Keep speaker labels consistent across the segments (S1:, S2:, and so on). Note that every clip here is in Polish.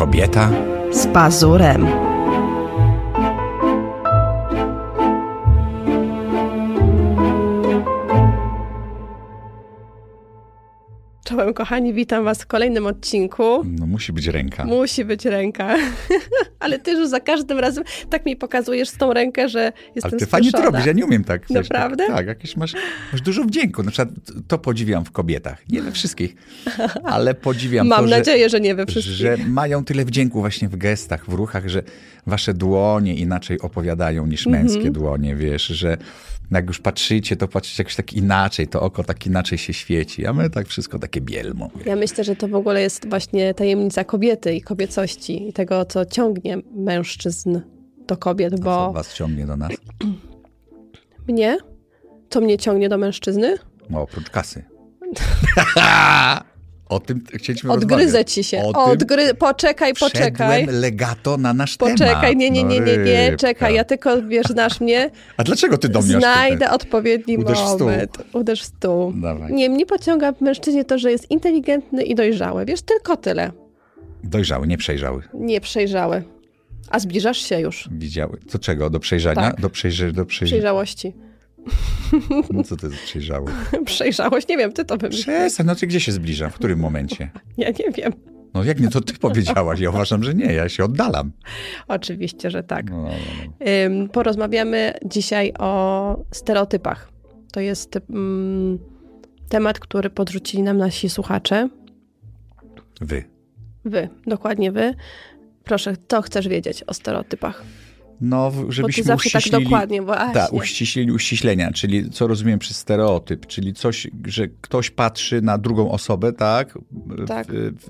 S1: Kobieta
S2: z pazurem. Czołem, kochani, witam was w kolejnym odcinku.
S1: No musi być ręka.
S2: Musi być ręka. Ale ty już za każdym razem tak mi pokazujesz z tą rękę, że jestem
S1: Ale ty fajnie to robisz, ja nie umiem tak.
S2: Naprawdę?
S1: Tak, jakieś masz dużo wdzięku. Na przykład to podziwiam w kobietach. Nie we wszystkich, ale podziwiam
S2: Mam nadzieję, że nie we wszystkich.
S1: Że mają tyle wdzięku właśnie w gestach, w ruchach, że wasze dłonie inaczej opowiadają niż męskie dłonie, wiesz, że jak już patrzycie, to patrzycie jakoś tak inaczej, to oko tak inaczej się świeci, a my tak wszystko takie bielmo.
S2: Ja myślę, że to w ogóle jest właśnie tajemnica kobiety i kobiecości i tego, co ciągnie mężczyzn do kobiet, bo...
S1: A co was ciągnie do nas?
S2: Mnie? Co mnie ciągnie do mężczyzny?
S1: No, oprócz kasy. O tym chcieliśmy
S2: Odgryzę
S1: rozmawiać.
S2: ci się.
S1: Poczekaj. Wszedłem legato na nasz temat.
S2: Poczekaj, nie, czekaj. Ja tylko, wiesz, znasz mnie.
S1: A dlaczego ty do mnie
S2: Znajdę odpowiedni
S1: Uderz w stół.
S2: moment. Uderz w stół.
S1: Dawaj.
S2: Nie, mnie pociąga w mężczyźnie to, że jest inteligentny i dojrzały. Wiesz, tylko tyle.
S1: Dojrzały, nie przejrzały.
S2: Nie przejrzały. A zbliżasz się już.
S1: Widziały. Co czego? Do przejrzania?
S2: Tak.
S1: Do
S2: Przejrzałości.
S1: No co to jest przejrzały?
S2: Przejrzałość? Nie wiem, ty to wymyśliłeś.
S1: Przestań, no ty gdzie się zbliżam? W którym momencie?
S2: Ja nie wiem.
S1: No jak nie, to ty powiedziałaś. Ja uważam, że nie. Ja się oddalam.
S2: Oczywiście, że tak.
S1: No.
S2: Porozmawiamy dzisiaj o stereotypach. To jest temat, który podrzucili nam nasi słuchacze. Wy, dokładnie wy. Proszę, co chcesz wiedzieć o stereotypach?
S1: No, żebyśmy
S2: zawsze
S1: uściślili,
S2: tak dokładnie, właśnie.
S1: Tak, uściślenia, czyli co rozumiem przez stereotyp, czyli coś, że ktoś patrzy na drugą osobę, tak?
S2: Tak.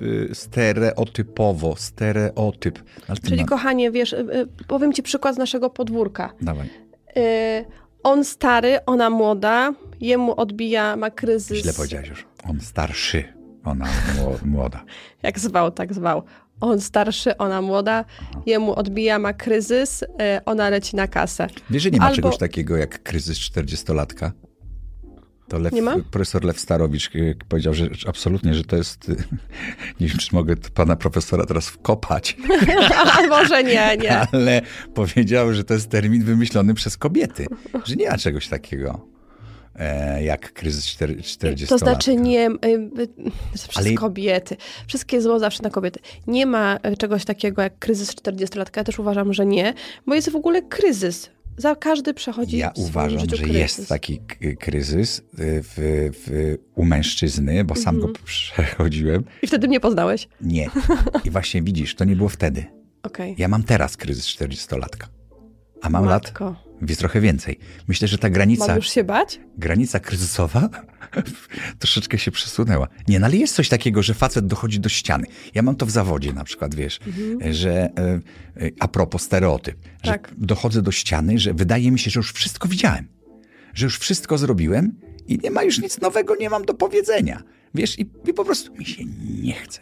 S1: Stereotyp. Ale
S2: Czyli kochanie, wiesz, powiem ci przykład z naszego podwórka.
S1: Dawaj.
S2: On stary, ona młoda, jemu odbija, ma kryzys.
S1: Źle powiedziałeś już. On starszy, ona młoda.
S2: Jak zwał, tak zwał. On starszy, ona młoda, jemu odbija, ma kryzys, ona leci na kasę.
S1: Wiesz, że nie ma czegoś takiego jak kryzys 40-latka? To profesor Lew Starowicz powiedział, że absolutnie, że to jest... Nie wiem, czy mogę pana profesora teraz wkopać.
S2: Może nie.
S1: Ale powiedział, że to jest termin wymyślony przez kobiety. Że nie ma czegoś takiego jak kryzys 40-latka.
S2: To znaczy nie... Przez kobiety. Wszystkie zło zawsze na kobiety. Nie ma czegoś takiego jak kryzys 40-latka. Ja też uważam, że nie. Bo jest w ogóle kryzys. Każdy przechodzi
S1: Ja
S2: w swoim
S1: uważam,
S2: życiu
S1: że
S2: kryzys.
S1: jest taki kryzys u mężczyzny, bo sam go przechodziłem.
S2: I wtedy mnie poznałeś?
S1: Nie. I właśnie widzisz, to nie było wtedy.
S2: Okay.
S1: Ja mam teraz kryzys 40-latka. A mam
S2: Matko.
S1: lat, więc trochę więcej. Myślę, że ta granica...
S2: Mam już się bać?
S1: Granica kryzysowa troszeczkę się przesunęła. Nie, no ale jest coś takiego, że facet dochodzi do ściany. Ja mam to w zawodzie na przykład, wiesz, że a propos stereotyp,
S2: tak.
S1: Że dochodzę do ściany, że wydaje mi się, że już wszystko widziałem. Że już wszystko zrobiłem i nie ma już nic nowego, nie mam do powiedzenia. Wiesz, i po prostu mi się nie chce.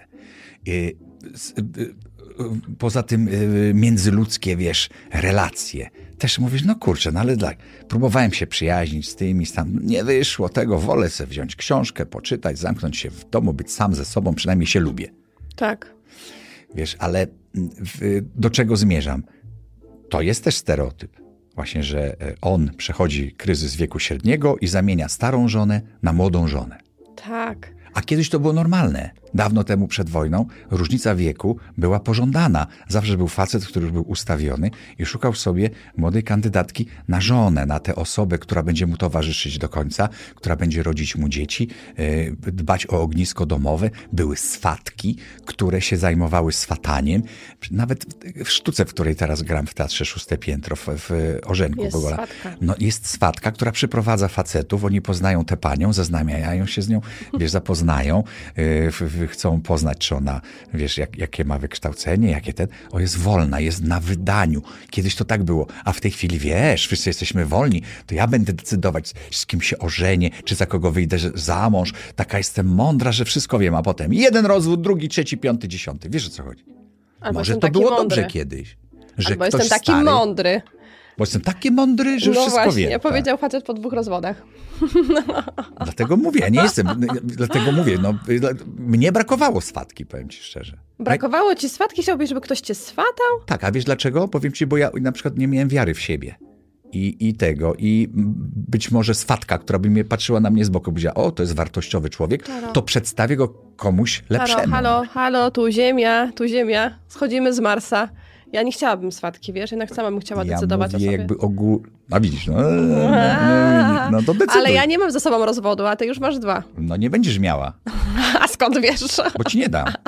S1: Poza tym międzyludzkie, wiesz, relacje. Też mówisz, no kurczę, no ale tak, próbowałem się przyjaźnić z tym i tam, nie wyszło tego, wolę sobie wziąć książkę, poczytać, zamknąć się w domu, być sam ze sobą, przynajmniej się lubię.
S2: Tak.
S1: Wiesz, ale do czego zmierzam? To jest też stereotyp. Właśnie, że on przechodzi kryzys wieku średniego i zamienia starą żonę na młodą żonę.
S2: Tak.
S1: A kiedyś to było normalne. Dawno temu przed wojną różnica wieku była pożądana. Zawsze był facet, który już był ustawiony i szukał sobie młodej kandydatki na żonę, na tę osobę, która będzie mu towarzyszyć do końca, która będzie rodzić mu dzieci, dbać o ognisko domowe. Były swatki, które się zajmowały swataniem. Nawet w sztuce, w której teraz gram w Teatrze Szóste Piętro, w Orzenku.
S2: Jest
S1: w ogóle.
S2: swatka.
S1: No, jest swatka, która przyprowadza facetów, oni poznają tę panią, zaznajamiają się z nią, wiesz, zapoznają, chcą poznać, czy ona, wiesz, jakie ma wykształcenie, jakie jest wolna, jest na wydaniu. Kiedyś to tak było, a w tej chwili, wiesz, wszyscy jesteśmy wolni, to ja będę decydować, z kim się ożenię, czy za kogo wyjdę za mąż. Taka jestem mądra, że wszystko wiem, a potem jeden rozwód, drugi, trzeci, piąty, dziesiąty. Wiesz, o co chodzi?
S2: Albo
S1: może to było
S2: mądry.
S1: dobrze kiedyś, że
S2: Albo
S1: ktoś
S2: jestem taki
S1: stary,
S2: mądry.
S1: Bo jestem taki mądry, że już
S2: No
S1: wszystko
S2: właśnie,
S1: wiem.
S2: powiedział facet po 2 rozwodach.
S1: Dlatego mówię, ja nie jestem, dlatego mówię, mnie brakowało swatki, powiem ci szczerze.
S2: Brakowało ci swatki? Chciałbyś, żeby ktoś cię swatał?
S1: Tak, a wiesz dlaczego? Powiem ci, bo ja na przykład nie miałem wiary w siebie. I być może swatka, która by mnie patrzyła na mnie z boku, powiedziała, o, to jest wartościowy człowiek, to przedstawię go komuś lepszemu.
S2: Halo, tu ziemia, schodzimy z Marsa. Ja nie chciałabym swatki, wiesz, jednak sama bym chciała decydować o sobie.
S1: Jakby a widzisz, no to decyduj.
S2: Ale ja nie mam za sobą rozwodu, a ty już masz 2.
S1: No nie będziesz miała.
S2: A skąd wiesz?
S1: Bo ci nie dam.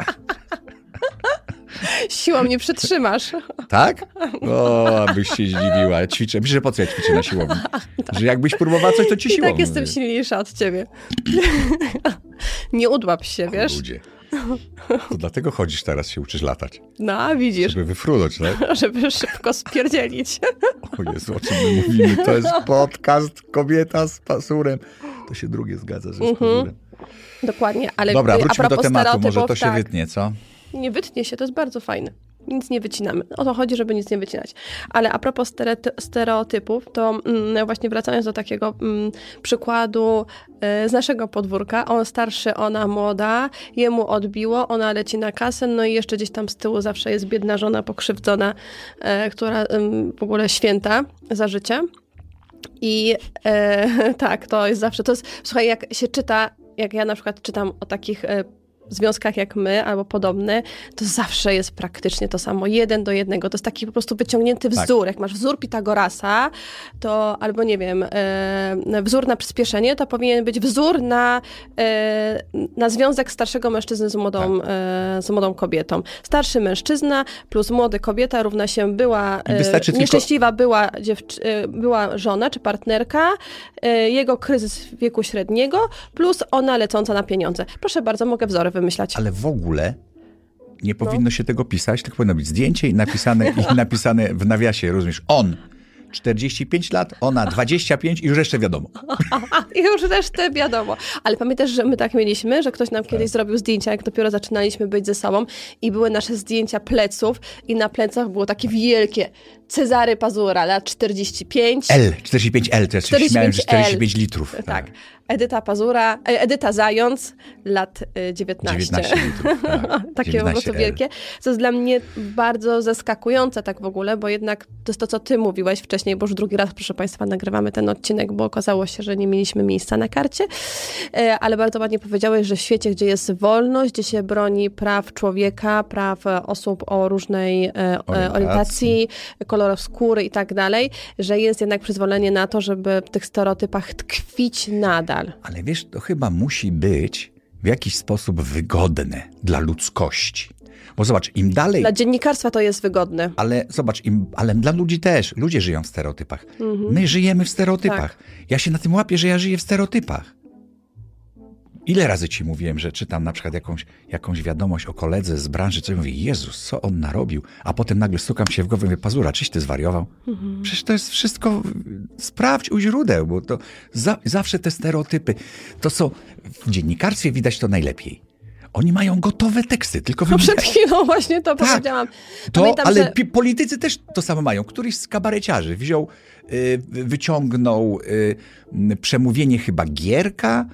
S2: Siłą nie przytrzymasz.
S1: Tak? O, byś się zdziwiła. Wiesz, że po co ja ćwiczę na siłowni? Że jakbyś próbowała coś, to ci siłą.
S2: I tak jestem silniejsza od ciebie. Nie udłap się, wiesz?
S1: Ludzie. To dlatego chodzisz teraz, się uczysz latać.
S2: No, widzisz.
S1: Żeby wyfrunąć, tak?
S2: Żeby szybko spierdzielić.
S1: O Jezu, o czym my mówimy? To jest podcast Kobieta z pasurem. To się drugie zgadza, że z pazurem.
S2: Dokładnie, ale
S1: dobra, wróćmy do tematu, może to się
S2: tak.
S1: wytnie, co?
S2: Nie wytnie się, to jest bardzo fajne. Nic nie wycinamy. O to chodzi, żeby nic nie wycinać. Ale a propos stereotypów, to właśnie wracając do takiego przykładu z naszego podwórka. On starszy, ona młoda, jemu odbiło, ona leci na kasę, no i jeszcze gdzieś tam z tyłu zawsze jest biedna żona pokrzywdzona, która w ogóle święta za życie. I tak, to jest zawsze, słuchaj, jak się czyta, jak ja na przykład czytam o takich związkach jak my, albo podobne, to zawsze jest praktycznie to samo, 1:1. To jest taki po prostu wyciągnięty wzór. Tak. Jak masz wzór Pitagorasa, to albo nie wiem, wzór na przyspieszenie, to powinien być wzór na związek starszego mężczyzny z młodą kobietą. Starszy mężczyzna plus młoda kobieta równa się była nieszczęśliwa, była żona czy partnerka, jego kryzys wieku średniego plus ona lecąca na pieniądze. Proszę bardzo, mogę wzory wymyślać.
S1: Ale w ogóle nie powinno się tego pisać, tylko powinno być zdjęcie i napisane w nawiasie, rozumiesz, on 45 lat, ona 25 i już resztę wiadomo.
S2: I już resztę wiadomo. Ale pamiętasz, że my tak mieliśmy, że ktoś nam kiedyś zrobił zdjęcia, jak dopiero zaczynaliśmy być ze sobą i były nasze zdjęcia pleców i na plecach było takie wielkie Cezary Pazura, lat 45.
S1: 45L, to ja się śmiałem, że 45 litrów.
S2: Tak. Edyta Zając, lat 19.
S1: 19 litrów, tak.
S2: Takie 19 po prostu wielkie. Co jest dla mnie bardzo zaskakujące tak w ogóle, bo jednak to jest to, co ty mówiłeś wcześniej, bo już drugi raz, proszę państwa, nagrywamy ten odcinek, bo okazało się, że nie mieliśmy miejsca na karcie, ale bardzo ładnie powiedziałeś, że w świecie, gdzie jest wolność, gdzie się broni praw człowieka, praw osób o różnej orientacji, kolorów skóry i tak dalej, że jest jednak przyzwolenie na to, żeby w tych stereotypach tkwić nadal.
S1: Ale wiesz, to chyba musi być w jakiś sposób wygodne dla ludzkości. Bo zobacz, im dalej...
S2: Dla dziennikarstwa to jest wygodne.
S1: Ale zobacz, ale dla ludzi też. Ludzie żyją w stereotypach. My żyjemy w stereotypach. Tak. Ja się na tym łapię, że ja żyję w stereotypach. Ile razy ci mówiłem, że czytam na przykład jakąś wiadomość o koledze z branży, co mówię, Jezus, co on narobił? A potem nagle stukam się w głowę i mówię, Pazura, czyś ty zwariował? Przecież to jest wszystko, sprawdź u źródeł, bo to zawsze te stereotypy, to są, w dziennikarstwie widać to najlepiej. Oni mają gotowe teksty, tylko
S2: przed chwilą właśnie to powiedziałam.
S1: Pamiętam, ale politycy też to samo mają. Któryś z kabareciarzy wyciągnął przemówienie chyba Gierka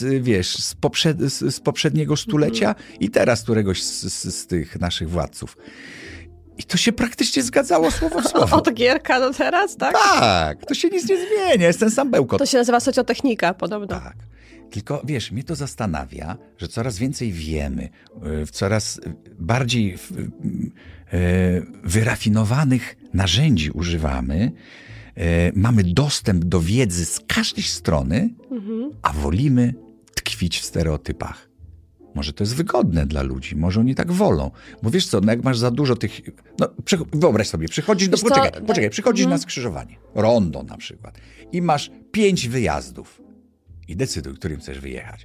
S1: z poprzedniego stulecia i teraz któregoś z tych naszych władców. I to się praktycznie zgadzało słowo w słowo.
S2: Od Gierka do teraz, tak?
S1: Tak, to się nic nie zmienia, jest ten sam bełkot.
S2: To się nazywa socjotechnika podobno.
S1: Tak. Tylko wiesz, mnie to zastanawia, że coraz więcej wiemy, coraz bardziej wyrafinowanych narzędzi używamy, mamy dostęp do wiedzy z każdej strony, a wolimy tkwić w stereotypach. Może to jest wygodne dla ludzi, może oni tak wolą. Bo wiesz co, jak masz za dużo tych... wyobraź sobie, przychodzisz przychodzisz na skrzyżowanie, rondo na przykład, i masz 5 wyjazdów. I decyduj, którym chcesz wyjechać.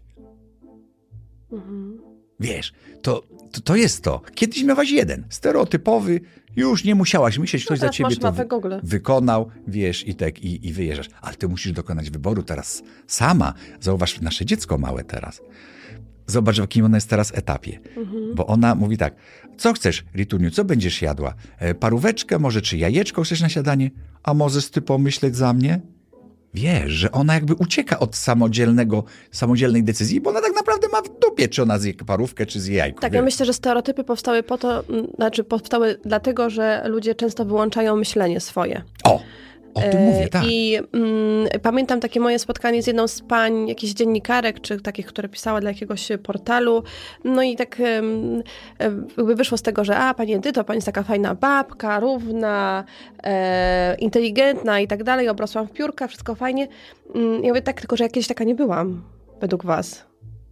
S1: Wiesz, to jest to. Kiedyś miałaś jeden, stereotypowy, już nie musiałaś myśleć, ktoś za ciebie to wykonał, wiesz, i wyjeżdżasz. Ale ty musisz dokonać wyboru teraz sama. Zauważ, nasze dziecko małe teraz. zobacz, w jakim ona jest teraz etapie. Bo ona mówi tak, co chcesz, Rituniu, co będziesz jadła? Paróweczkę może, czy jajeczko chcesz na śniadanie? A możesz ty pomyśleć za mnie? Wiesz, że ona jakby ucieka od samodzielnej decyzji, bo ona tak naprawdę ma w dupie, czy ona zje parówkę, czy zje jajko.
S2: Tak,
S1: wiesz?
S2: ja myślę, że stereotypy powstały powstały dlatego, że ludzie często wyłączają myślenie swoje.
S1: O tym mówię, tak.
S2: I pamiętam takie moje spotkanie z jedną z pań, jakichś dziennikarek, czy takich, które pisała dla jakiegoś portalu. No i tak jakby wyszło z tego, że pani Edyto, pani jest taka fajna babka, równa, inteligentna i tak dalej, obrosłam w piórka, wszystko fajnie. Ja mówię tak, tylko że ja kiedyś taka nie byłam, według was.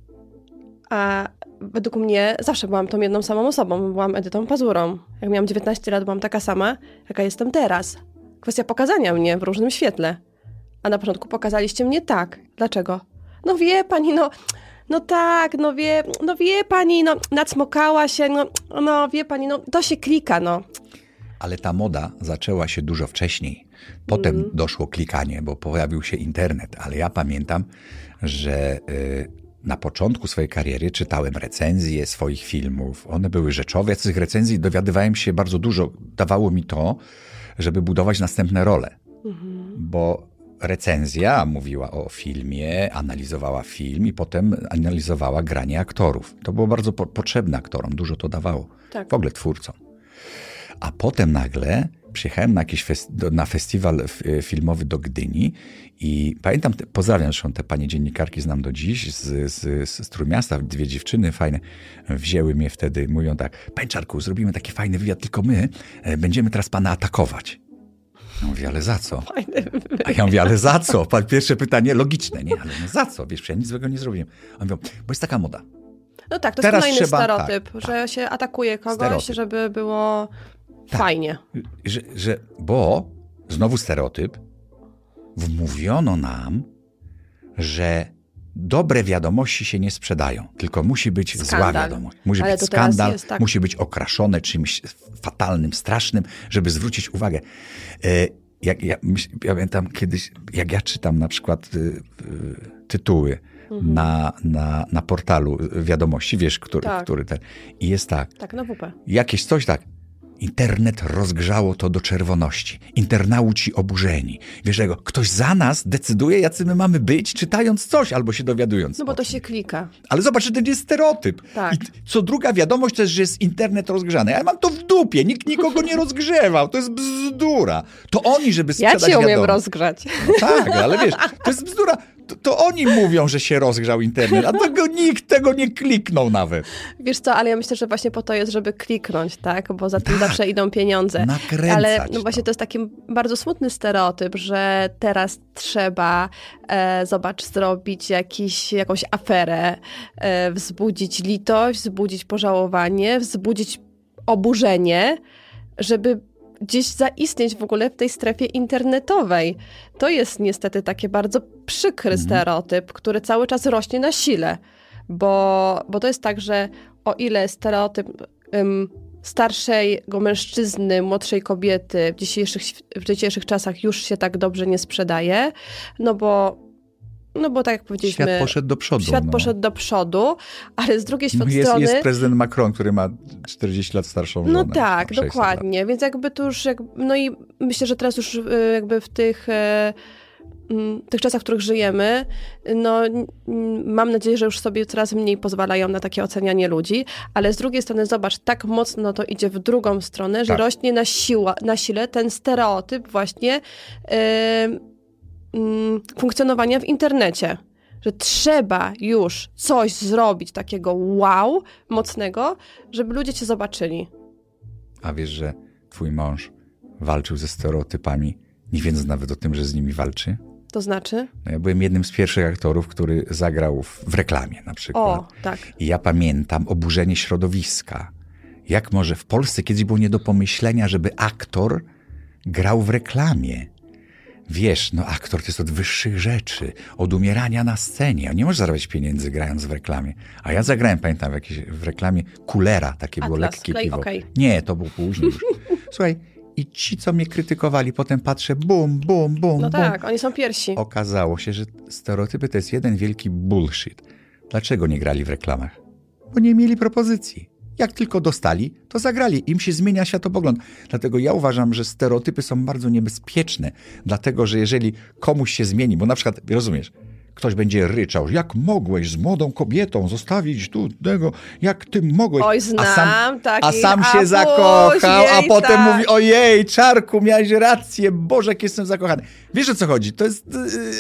S2: A według mnie zawsze byłam tą jedną samą osobą. Byłam Edytą Pazurą. Jak miałam 19 lat, byłam taka sama, jaka jestem teraz. Kwestia pokazania mnie w różnym świetle. A na początku pokazaliście mnie tak. Dlaczego? No wie pani, no tak, wie pani, nacmokała się, no wie pani, to się klika,
S1: Ale ta moda zaczęła się dużo wcześniej. Potem doszło klikanie, bo pojawił się internet. Ale ja pamiętam, że na początku swojej kariery czytałem recenzje swoich filmów. One były rzeczowe. Z tych recenzji dowiadywałem się bardzo dużo. Dawało mi to, żeby budować następne role. Bo recenzja mówiła o filmie, analizowała film i potem analizowała granie aktorów. To było bardzo potrzebne aktorom, dużo to dawało.
S2: Tak.
S1: W ogóle twórcom. A potem nagle przyjechałem na festiwal filmowy do Gdyni i pamiętam, pozdrawiam zresztą te panie dziennikarki, znam do dziś, z Trójmiasta, 2 dziewczyny fajne, wzięły mnie wtedy, mówią tak, panie Czarku, zrobimy taki fajny wywiad, tylko my będziemy teraz pana atakować. Ja mówię, ale za co? A ja mówię, ale za co? Pierwsze pytanie logiczne, nie? Ale za co? Wiesz, ja nic złego nie zrobiłem. On mówią, bo jest taka moda.
S2: No tak, to
S1: teraz
S2: jest kolejny
S1: trzeba,
S2: stereotyp, że się atakuje kogoś, stereotyp. Żeby było fajnie.
S1: Bo, znowu stereotyp, wmówiono nam, że dobre wiadomości się nie sprzedają, tylko musi być zła wiadomość. Musi być skandal, tak. Musi być okraszone czymś fatalnym, strasznym, żeby zwrócić uwagę. Ja pamiętam kiedyś, jak ja czytam na przykład tytuły na portalu wiadomości, wiesz, który ten. I jest tak.
S2: Tak, na WP.
S1: Jakieś coś tak. Internet rozgrzało to do czerwoności. Internauci oburzeni. Wiesz, ktoś za nas decyduje, jacy my mamy być, czytając coś albo się dowiadując.
S2: No bo to się klika.
S1: Ale zobacz, że to jest stereotyp.
S2: Tak.
S1: I co druga wiadomość to jest, że jest internet rozgrzany. Ja mam to w dupie. Nikt nikogo nie rozgrzewał. To jest bzdura. To oni, żeby sprzedać
S2: Ja cię umiem
S1: wiadomość.
S2: rozgrzać.
S1: No tak, ale wiesz, to jest bzdura. To oni mówią, że się rozgrzał internet, a nikt tego nie kliknął nawet.
S2: Wiesz co, ale ja myślę, że właśnie po to jest, żeby kliknąć, tak? Bo za tym zawsze idą pieniądze.
S1: Nakręcać
S2: ale właśnie to jest taki bardzo smutny stereotyp, że teraz trzeba, zrobić jakąś aferę, wzbudzić litość, wzbudzić pożałowanie, wzbudzić oburzenie, żeby gdzieś zaistnieć w ogóle w tej strefie internetowej. To jest niestety taki bardzo przykry stereotyp, który cały czas rośnie na sile. Bo to jest tak, że o ile stereotyp starszego mężczyzny, młodszej kobiety w dzisiejszych czasach już się tak dobrze nie sprzedaje, no bo tak jak powiedzieliśmy...
S1: Świat poszedł do przodu.
S2: Poszedł do przodu, ale z drugiej strony...
S1: Jest prezydent Macron, który ma 40 lat starszą żonę.
S2: No tak, dokładnie. Więc jakby to już... No i myślę, że teraz już jakby w tych czasach, w których żyjemy, mam nadzieję, że już sobie coraz mniej pozwalają na takie ocenianie ludzi, ale z drugiej strony zobacz, tak mocno to idzie w drugą stronę, że rośnie na sile ten stereotyp właśnie funkcjonowania w internecie. Że trzeba już coś zrobić takiego wow, mocnego, żeby ludzie cię zobaczyli.
S1: A wiesz, że twój mąż walczył ze stereotypami, nie wiedząc nawet o tym, że z nimi walczy?
S2: To znaczy?
S1: No ja byłem jednym z pierwszych aktorów, który zagrał w reklamie na przykład.
S2: O, tak.
S1: I ja pamiętam oburzenie środowiska. Jak może w Polsce kiedyś było nie do pomyślenia, żeby aktor grał w reklamie. Wiesz, aktor to jest od wyższych rzeczy, od umierania na scenie. Nie możesz zarabiać pieniędzy grając w reklamie. A ja zagrałem, pamiętam, w reklamie Kulera, takie było lekkie piwo.
S2: Okay.
S1: Nie, to było później już. Słuchaj, i ci, co mnie krytykowali, potem patrzę, bum, bum, bum,
S2: No tak, oni są pierwsi.
S1: Okazało się, że stereotypy to jest jeden wielki bullshit. Dlaczego nie grali w reklamach? Bo nie mieli propozycji. Jak tylko dostali, to zagrali. Im się zmienia światopogląd. Dlatego ja uważam, że stereotypy są bardzo niebezpieczne. Dlatego, że jeżeli komuś się zmieni, bo na przykład, rozumiesz, ktoś będzie ryczał, jak mogłeś z młodą kobietą zostawić tu tego, jak ty mogłeś.
S2: Oj, znam
S1: a sam się zakochał, a potem mówi, ojej, Czarku, miałeś rację, Boże, jak jestem zakochany. Wiesz, o co chodzi? To jest...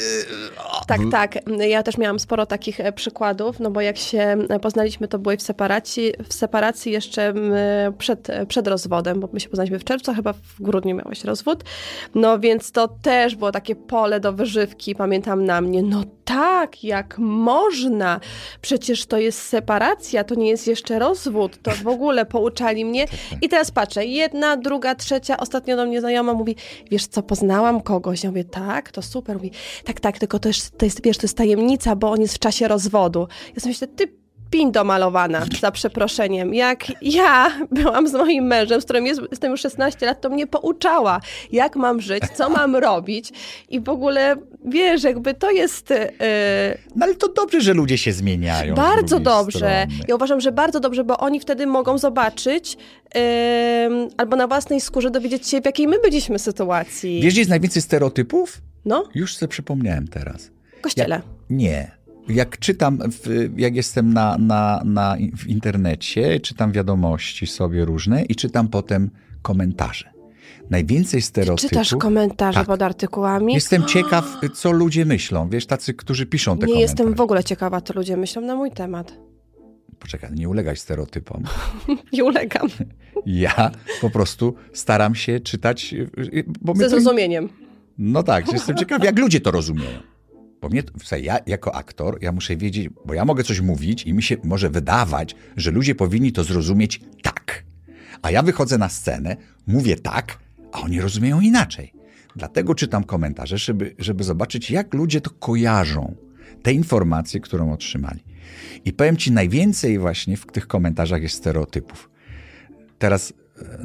S2: Tak. Ja też miałam sporo takich przykładów, no bo jak się poznaliśmy, to były w separacji jeszcze przed rozwodem, bo my się poznaliśmy w czerwcu, a chyba w grudniu miałeś rozwód. No więc to też było takie pole do wyżywki, pamiętam na mnie. No tak, jak można? Przecież to jest separacja, to nie jest jeszcze rozwód. To w ogóle pouczali mnie. I teraz patrzę, jedna, druga, trzecia, ostatnio do mnie znajoma mówi, wiesz co, poznałam kogoś. Ja mówię, tak, to super. Mówi, tak, tylko to jest, wiesz, to jest tajemnica, bo on jest w czasie rozwodu. Ja sobie myślę, ty pindo malowana, za przeproszeniem. Jak ja byłam z moim mężem, z którym jestem już 16 lat, to mnie pouczała, jak mam żyć, co mam robić i w ogóle, wiesz, jakby to jest...
S1: No ale to dobrze, że ludzie się zmieniają.
S2: Bardzo dobrze.
S1: Strony.
S2: Ja uważam, że bardzo dobrze, bo oni wtedy mogą zobaczyć albo na własnej skórze dowiedzieć się, w jakiej my byliśmy sytuacji.
S1: Wiesz, gdzie jest najwięcej stereotypów?
S2: No?
S1: Już sobie przypomniałem teraz.
S2: W kościele.
S1: Nie. Jak czytam, jak jestem w internecie, czytam wiadomości sobie różne i czytam potem komentarze. Najwięcej stereotypów...
S2: Czytasz komentarze
S1: tak.
S2: pod artykułami?
S1: Jestem ciekaw, co ludzie myślą. Wiesz, tacy, którzy piszą te komentarze.
S2: Nie jestem w ogóle ciekawa, co ludzie myślą na mój temat.
S1: Poczekaj, nie ulegaj stereotypom.
S2: Nie ulegam.
S1: Ja po prostu staram się czytać... Bo
S2: Ze zrozumieniem.
S1: No tak, jestem ciekaw, jak ludzie to rozumieją. Bo ja jako aktor, ja muszę wiedzieć, bo ja mogę coś mówić i mi się może wydawać, że ludzie powinni to zrozumieć tak. A ja wychodzę na scenę, mówię tak, a oni rozumieją inaczej. Dlatego czytam komentarze, żeby zobaczyć, jak ludzie to kojarzą. Te informacje, którą otrzymali. I powiem ci, najwięcej właśnie w tych komentarzach jest stereotypów. Teraz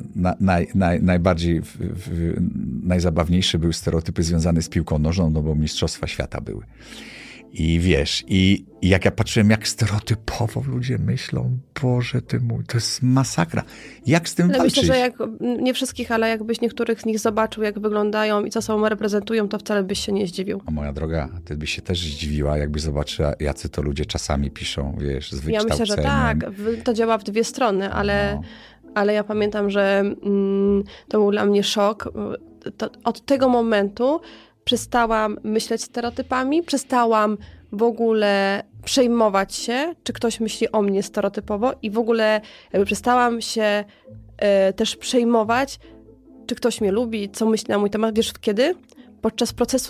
S1: najzabawniejsze były stereotypy związane z piłką nożną, no bo mistrzostwa świata były. I wiesz, i jak ja patrzyłem, jak stereotypowo ludzie myślą, Boże ty mój, to jest masakra. Jak z tym walczyć?
S2: Myślę, że nie wszystkich, ale jakbyś niektórych z nich zobaczył, jak wyglądają i co sobą reprezentują, to wcale byś się nie zdziwił.
S1: A moja droga, ty byś się też zdziwiła, jakbyś zobaczyła, jacy to ludzie czasami piszą, wiesz, z wykształceniem.
S2: Ja myślę, że tak, to działa w dwie strony, ale ja pamiętam, że to był dla mnie szok. Od tego momentu przestałam myśleć stereotypami, przestałam w ogóle przejmować się, czy ktoś myśli o mnie stereotypowo i w ogóle jakby przestałam się też przejmować, czy ktoś mnie lubi, co myśli na mój temat. Wiesz kiedy? Podczas procesu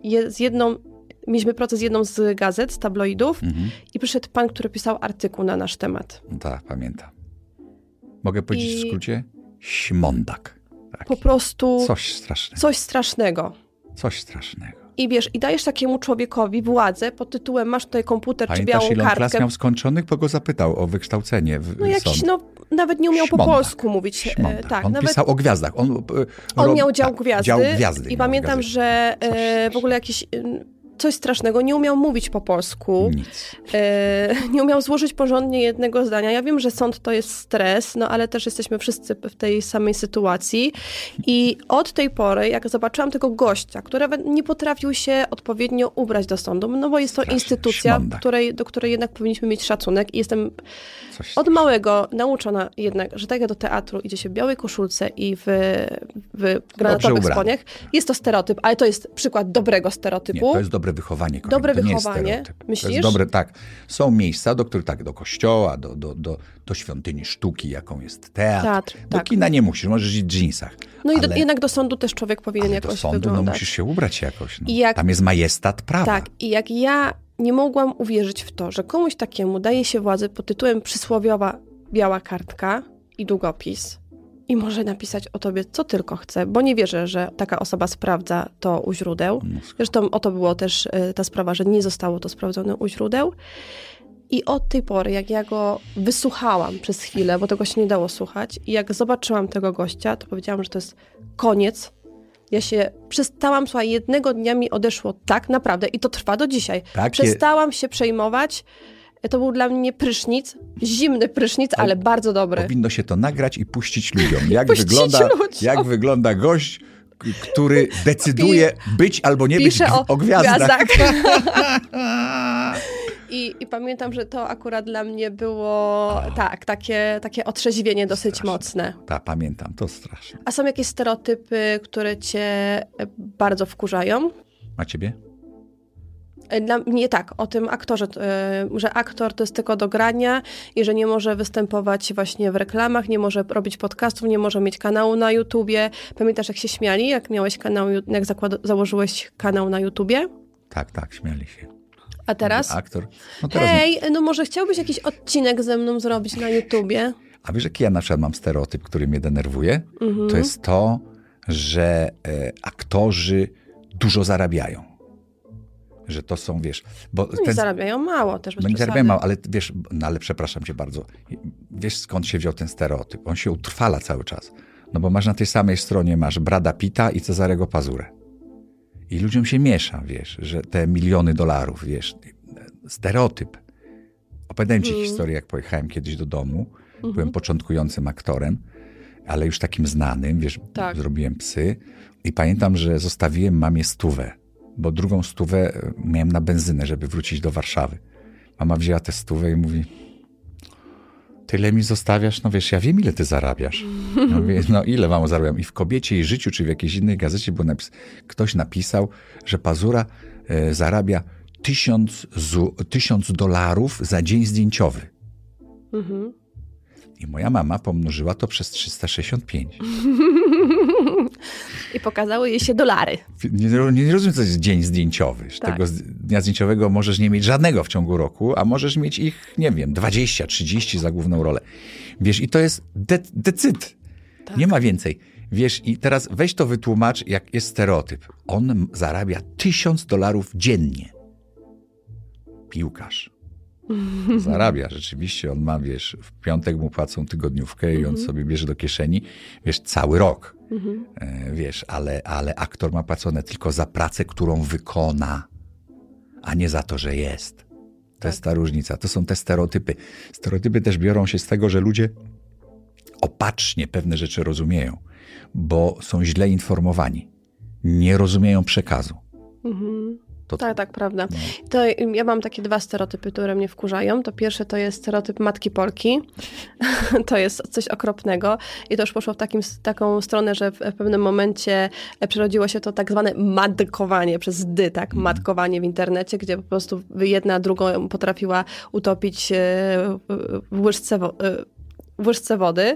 S2: mieliśmy proces z jedną z gazet, z tabloidów i przyszedł pan, który pisał artykuł na nasz temat.
S1: No tak, pamiętam. Mogę powiedzieć w skrócie? Śmondak. Taki.
S2: Po prostu...
S1: Coś strasznego.
S2: Coś strasznego.
S1: Coś strasznego.
S2: I wiesz, i dajesz takiemu człowiekowi władzę pod tytułem masz tutaj komputer
S1: Pamiętasz,
S2: czy białą
S1: ile
S2: kartkę.
S1: Klas miał skończonych, bo go zapytał o wykształcenie.
S2: Nawet nie umiał po polsku mówić. Tak,
S1: on pisał o gwiazdach.
S2: On miał dział gwiazdy.
S1: Dział gwiazdy.
S2: I pamiętam, że w ogóle jakieś... Coś strasznego, nie umiał mówić po polsku, nie umiał złożyć porządnie jednego zdania. Ja wiem, że sąd to jest stres, no ale też jesteśmy wszyscy w tej samej sytuacji i od tej pory, jak zobaczyłam tego gościa, który nie potrafił się odpowiednio ubrać do sądu, no bo jest to instytucja, do której jednak powinniśmy mieć szacunek i jestem od małego nauczona jednak, że tak jak do teatru idzie się w białej koszulce i w granatowych spodniach, jest to stereotyp, ale to jest przykład dobrego stereotypu.
S1: Nie, to jest dobre wychowanie.
S2: Dobre
S1: to
S2: wychowanie,
S1: nie jest
S2: myślisz?
S1: To jest dobre, tak. Są miejsca, do których do kościoła, do świątyni sztuki, jaką jest teatr. Do kina nie musisz, możesz iść w dżinsach.
S2: No i jednak do sądu też człowiek powinien jakoś
S1: wyglądać. Do sądu musisz się ubrać jakoś. Tam jest majestat prawa.
S2: Tak, i jak ja nie mogłam uwierzyć w to, że komuś takiemu daje się władzę pod tytułem przysłowiowa biała kartka i długopis i może napisać o tobie co tylko chce, bo nie wierzę, że taka osoba sprawdza to u źródeł. Zresztą o to było też ta sprawa, że nie zostało to sprawdzone u źródeł. I od tej pory, jak ja go wysłuchałam przez chwilę, bo tego się nie dało słuchać, i jak zobaczyłam tego gościa, to powiedziałam, że to jest koniec. Ja się przestałam, słuchaj, jednego dnia mi odeszło tak naprawdę i to trwa do dzisiaj. Przestałam się przejmować To był dla mnie prysznic, zimny prysznic, ale bardzo dobry.
S1: Powinno się to nagrać i puścić ludziom. Jak wygląda gość, który decyduje być albo nie być o gwiazdach.
S2: I pamiętam, że to akurat dla mnie było takie otrzeźwienie dosyć mocne.
S1: Tak, pamiętam, to straszne.
S2: A są jakieś stereotypy, które cię bardzo wkurzają?
S1: A ciebie?
S2: Dla mnie tak, o tym aktorze, że aktor to jest tylko do grania i że nie może występować właśnie w reklamach, nie może robić podcastów, nie może mieć kanału na YouTubie. Pamiętasz, jak się śmiali, jak miałeś kanał, jak założyłeś kanał na YouTubie?
S1: Tak, śmiali się.
S2: A teraz?
S1: Aktor.
S2: No może chciałbyś jakiś odcinek ze mną zrobić na YouTubie?
S1: A wiesz, jaki ja na przykład mam stereotyp, który mnie denerwuje? To jest to, że aktorzy dużo zarabiają. Że to są, wiesz... Bo
S2: nie zarabiają mało też.
S1: Nie zarabiają mało, ale wiesz, ale przepraszam cię bardzo. Wiesz, skąd się wziął ten stereotyp? On się utrwala cały czas. No bo masz na tej samej stronie, masz Brada Pitta i Cezarego Pazurę. I ludziom się miesza, wiesz, że te miliony dolarów, wiesz, stereotyp. Opowiadałem ci historię, jak pojechałem kiedyś do domu. Byłem początkującym aktorem, ale już takim znanym, wiesz, zrobiłem Psy. I pamiętam, że zostawiłem mamie 100, bo drugą 100 miałem na benzynę, żeby wrócić do Warszawy. Mama wzięła tę 100 i mówi: tyle mi zostawiasz? No wiesz, ja wiem, ile ty zarabiasz. Ja mówię, no ile wam zarabiam? I w Kobiecie i Życiu, czy w jakiejś innej gazecie ktoś napisał, że Pazura zarabia $1000 za dzień zdjęciowy. I moja mama pomnożyła to przez 365.
S2: I pokazały jej się dolary.
S1: Nie rozumiem, co jest dzień zdjęciowy.
S2: Tak.
S1: Tego dnia zdjęciowego możesz nie mieć żadnego w ciągu roku, a możesz mieć ich, nie wiem, 20, 30 za główną rolę. Wiesz, i to jest decyd. Tak. Nie ma więcej. Wiesz, i teraz weź to wytłumacz, jak jest stereotyp. On zarabia $1000 dziennie. Piłkarz. Zarabia rzeczywiście. On ma, wiesz, w piątek mu płacą tygodniówkę i on sobie bierze do kieszeni, wiesz, cały rok. Wiesz, ale aktor ma płacone tylko za pracę, którą wykona, a nie za to, że jest. To jest ta różnica. To są te stereotypy. Stereotypy też biorą się z tego, że ludzie opacznie pewne rzeczy rozumieją, bo są źle informowani. Nie rozumieją przekazu.
S2: Tak, prawda. No. To ja mam takie 2 stereotypy, które mnie wkurzają. To pierwsze to jest stereotyp matki Polki. To jest coś okropnego. I to już poszło w taką stronę, że w pewnym momencie przerodziło się to tak zwane matkowanie przez D, tak? Matkowanie w internecie, gdzie po prostu jedna drugą potrafiła utopić w łyżce wody.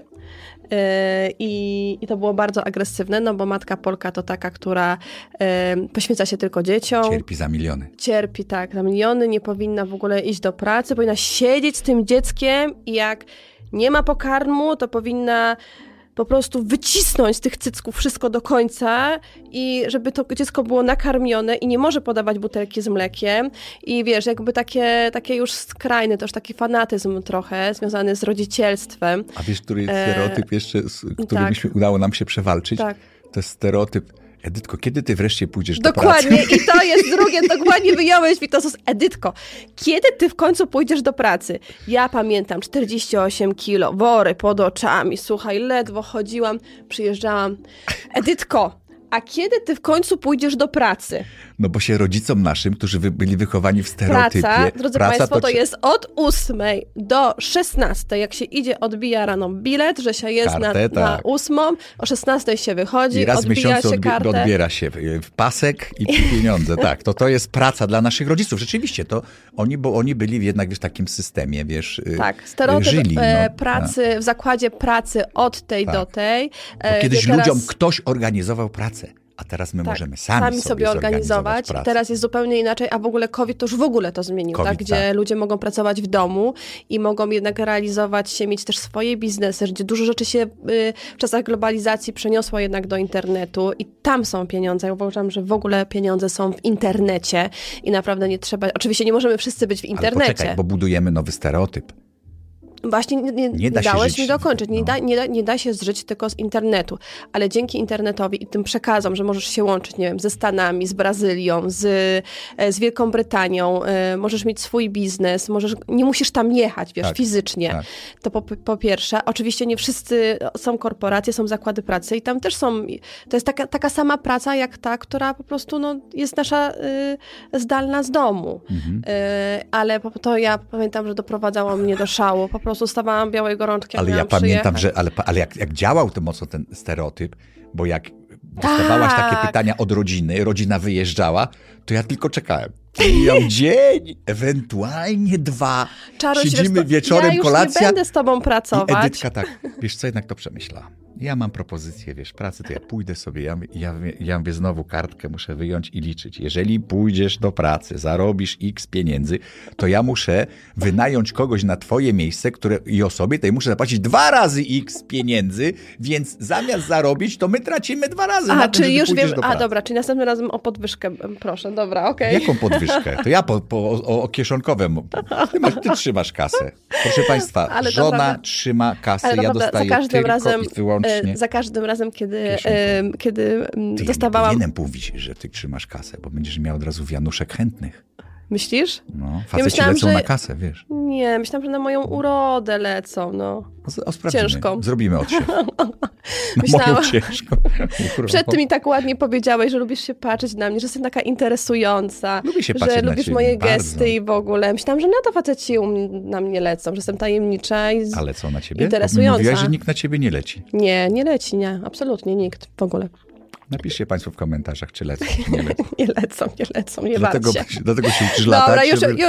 S2: I to było bardzo agresywne, no bo matka Polka to taka, która poświęca się tylko dzieciom.
S1: Cierpi za miliony.
S2: Cierpi, tak, za miliony, nie powinna w ogóle iść do pracy, powinna siedzieć z tym dzieckiem i jak nie ma pokarmu, to powinna po prostu wycisnąć z tych cycków wszystko do końca i żeby to dziecko było nakarmione i nie może podawać butelki z mlekiem. I wiesz, jakby takie już skrajne, to już taki fanatyzm trochę związany z rodzicielstwem.
S1: A wiesz, który jest stereotyp jeszcze, z którym udało nam się przewalczyć?
S2: Tak.
S1: To jest stereotyp: Edytko, kiedy ty wreszcie pójdziesz do pracy?
S2: Dokładnie, i to jest drugie, dokładnie wyjąłeś mi to. Edytko, kiedy ty w końcu pójdziesz do pracy? Ja pamiętam, 48 kilo, wory pod oczami, słuchaj, ledwo chodziłam, przyjeżdżałam. Edytko, a kiedy ty w końcu pójdziesz do pracy?
S1: No bo się rodzicom naszym, którzy byli wychowani w stereotypie...
S2: Drodzy Państwo, to jest od 8 do 16. Jak się idzie, odbija rano bilet, że się jest na 8, o 16 się wychodzi,
S1: i raz w miesiącu
S2: się kartę.
S1: Odbiera się pasek i pieniądze. Tak, to jest praca dla naszych rodziców. Rzeczywiście, to oni byli jednak w takim systemie, wiesz,
S2: tak, stereotyp
S1: żyli.
S2: Pracy, w zakładzie pracy od tej do tej.
S1: Bo kiedyś ludziom ktoś organizował pracę. A teraz my możemy sami sobie organizować pracę.
S2: Teraz jest zupełnie inaczej, a w ogóle COVID to już w ogóle to zmienił, tak? Gdzie ludzie mogą pracować w domu i mogą jednak realizować się, mieć też swoje biznesy, gdzie dużo rzeczy się w czasach globalizacji przeniosło jednak do internetu i tam są pieniądze. Ja uważam, że w ogóle pieniądze są w internecie i naprawdę nie trzeba, oczywiście nie możemy wszyscy być w internecie.
S1: Ale poczekaj, bo budujemy nowy stereotyp.
S2: Właśnie nie dałeś mi dokończyć.
S1: No.
S2: Nie da się zżyć tylko z internetu, ale dzięki internetowi i tym przekazom, że możesz się łączyć, nie wiem, ze Stanami, z Brazylią, z Wielką Brytanią, możesz mieć swój biznes, nie musisz tam jechać, wiesz, fizycznie. Tak. To po pierwsze. Oczywiście nie wszyscy są korporacje, są zakłady pracy i tam też to jest taka sama praca jak ta, która po prostu jest nasza zdalna z domu. Ale to ja pamiętam, że doprowadzało mnie do szału. Po prostu stawałam białej gorączki.
S1: Ale ja pamiętam, że jak działał to mocno ten stereotyp, bo jak dostawałaś takie pytania od rodziny, rodzina wyjeżdżała, to ja tylko czekałem. Mijał dzień, ewentualnie 2.
S2: Czaruś,
S1: siedzimy wieczorem, kolacja. Ja już
S2: nie będę z tobą pracować.
S1: I Edytka tak, wiesz co, jednak to przemyślała. Ja mam propozycję, wiesz, pracy, to ja pójdę sobie, ja mówię znowu kartkę muszę wyjąć i liczyć. Jeżeli pójdziesz do pracy, zarobisz x pieniędzy, to ja muszę wynająć kogoś na twoje miejsce, i osobie tej muszę zapłacić 2 razy x pieniędzy, więc zamiast zarobić, to my tracimy 2 razy na tym,
S2: czyli już
S1: wiem,
S2: dobra, czyli następnym razem o podwyżkę proszę, dobra, okej.
S1: Jaką podwyżkę? To ja o kieszonkowe. Ty trzymasz kasę. Proszę państwa, ale żona trzyma kasę, ja dostaję tylko i wyłącznie.
S2: Za każdym razem, kiedy dostawałam...
S1: Ja nie powinienem mówić, że ty trzymasz kasę, bo będziesz miał od razu wianuszek chętnych.
S2: Myślisz?
S1: No, faceci lecą na kasę, wiesz.
S2: Nie, myślałam, że na moją urodę lecą,
S1: Sprawdzimy.
S2: Ciężką.
S1: Zrobimy odsiew. Moją ciężką.
S2: Przed tym mi tak ładnie powiedziałeś, że lubisz się patrzeć na mnie, że jestem taka interesująca.
S1: Lubię się patrzeć
S2: że lubisz moje gesty i w ogóle. Myślałam, że na to faceci na mnie lecą, że jestem tajemnicza i
S1: Ale co, na ciebie?
S2: interesująca.
S1: Mówiłaś, że nikt na ciebie nie leci.
S2: Nie leci, nie. Absolutnie nikt w ogóle.
S1: Napiszcie państwo w komentarzach, czy lecą, czy nie lecą.
S2: nie lecą, nie bać się.
S1: Dlatego się uczysz latać.
S2: Dobra,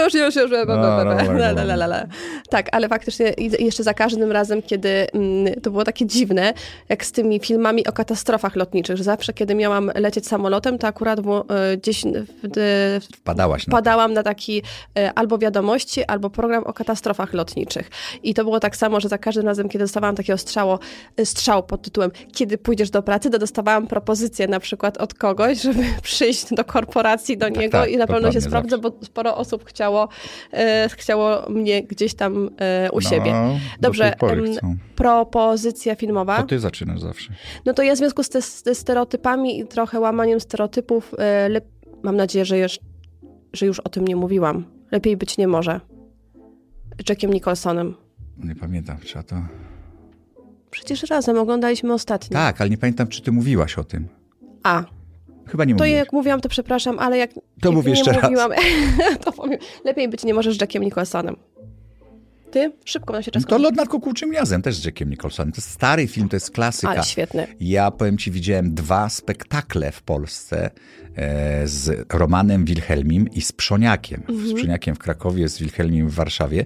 S2: już. Tak, ale faktycznie jeszcze za każdym razem, kiedy to było takie dziwne, jak z tymi filmami o katastrofach lotniczych, że zawsze, kiedy miałam lecieć samolotem, to akurat gdzieś wpadałam na taki albo wiadomości, albo program o katastrofach lotniczych. I to było tak samo, że za każdym razem, kiedy dostawałam takiego strzał pod tytułem "Kiedy pójdziesz do pracy", to dostawałam propozycję na przykład od kogoś, żeby przyjść do korporacji, do niego i na pewno się sprawdzę, bo sporo osób chciało mnie gdzieś tam u siebie. Dobrze, propozycja filmowa.
S1: To ty zaczynasz zawsze.
S2: No to ja w związku ze stereotypami i trochę łamaniem stereotypów, mam nadzieję, że już o tym nie mówiłam. Lepiej być nie może. Jackiem Nicholsonem.
S1: Nie pamiętam, trzeba to...
S2: Przecież razem oglądaliśmy ostatnio.
S1: Tak, ale nie pamiętam, czy ty mówiłaś o tym. Chyba nie mówiłaś.
S2: To jak mówiłam, to przepraszam, ale jak
S1: mówię jeszcze
S2: nie mówiłam, to powiem. Lepiej być nie możesz z Jackiem Nicholsonem. Ty? Szybko na się czas.
S1: To Lot nad Kukułczym Gniazdem też z Jackiem Nicholsonem. To jest stary film, to jest klasyka.
S2: Ale świetny.
S1: Ja, powiem ci, widziałem 2 spektakle w Polsce z Romanem Wilhelmim i z Przoniakiem. Z Przoniakiem w Krakowie, z Wilhelmim w Warszawie.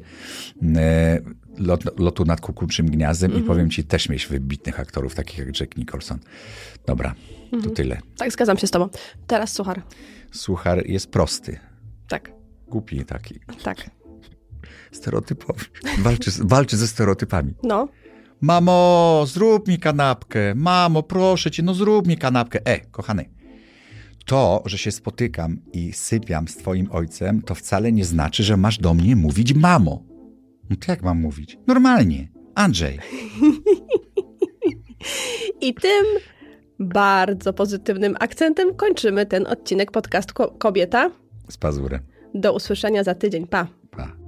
S1: Lotu nad Kukułczym Gniazdem i powiem ci, też mieć wybitnych aktorów, takich jak Jack Nicholson. Dobra, to tyle.
S2: Tak, zgadzam się z tobą. Teraz Suchar.
S1: Suchar jest prosty.
S2: Tak.
S1: Głupi taki.
S2: Tak.
S1: Stereotypowy. Walczy ze stereotypami.
S2: No.
S1: Mamo, zrób mi kanapkę. Mamo, proszę cię, zrób mi kanapkę. Kochany, to, że się spotykam i sypiam z twoim ojcem, to wcale nie znaczy, że masz do mnie mówić mamo. No to jak mam mówić? Normalnie. Andrzej.
S2: I tym bardzo pozytywnym akcentem kończymy ten odcinek podcastu Kobieta
S1: z pazurem.
S2: Do usłyszenia za tydzień. Pa.
S1: Pa.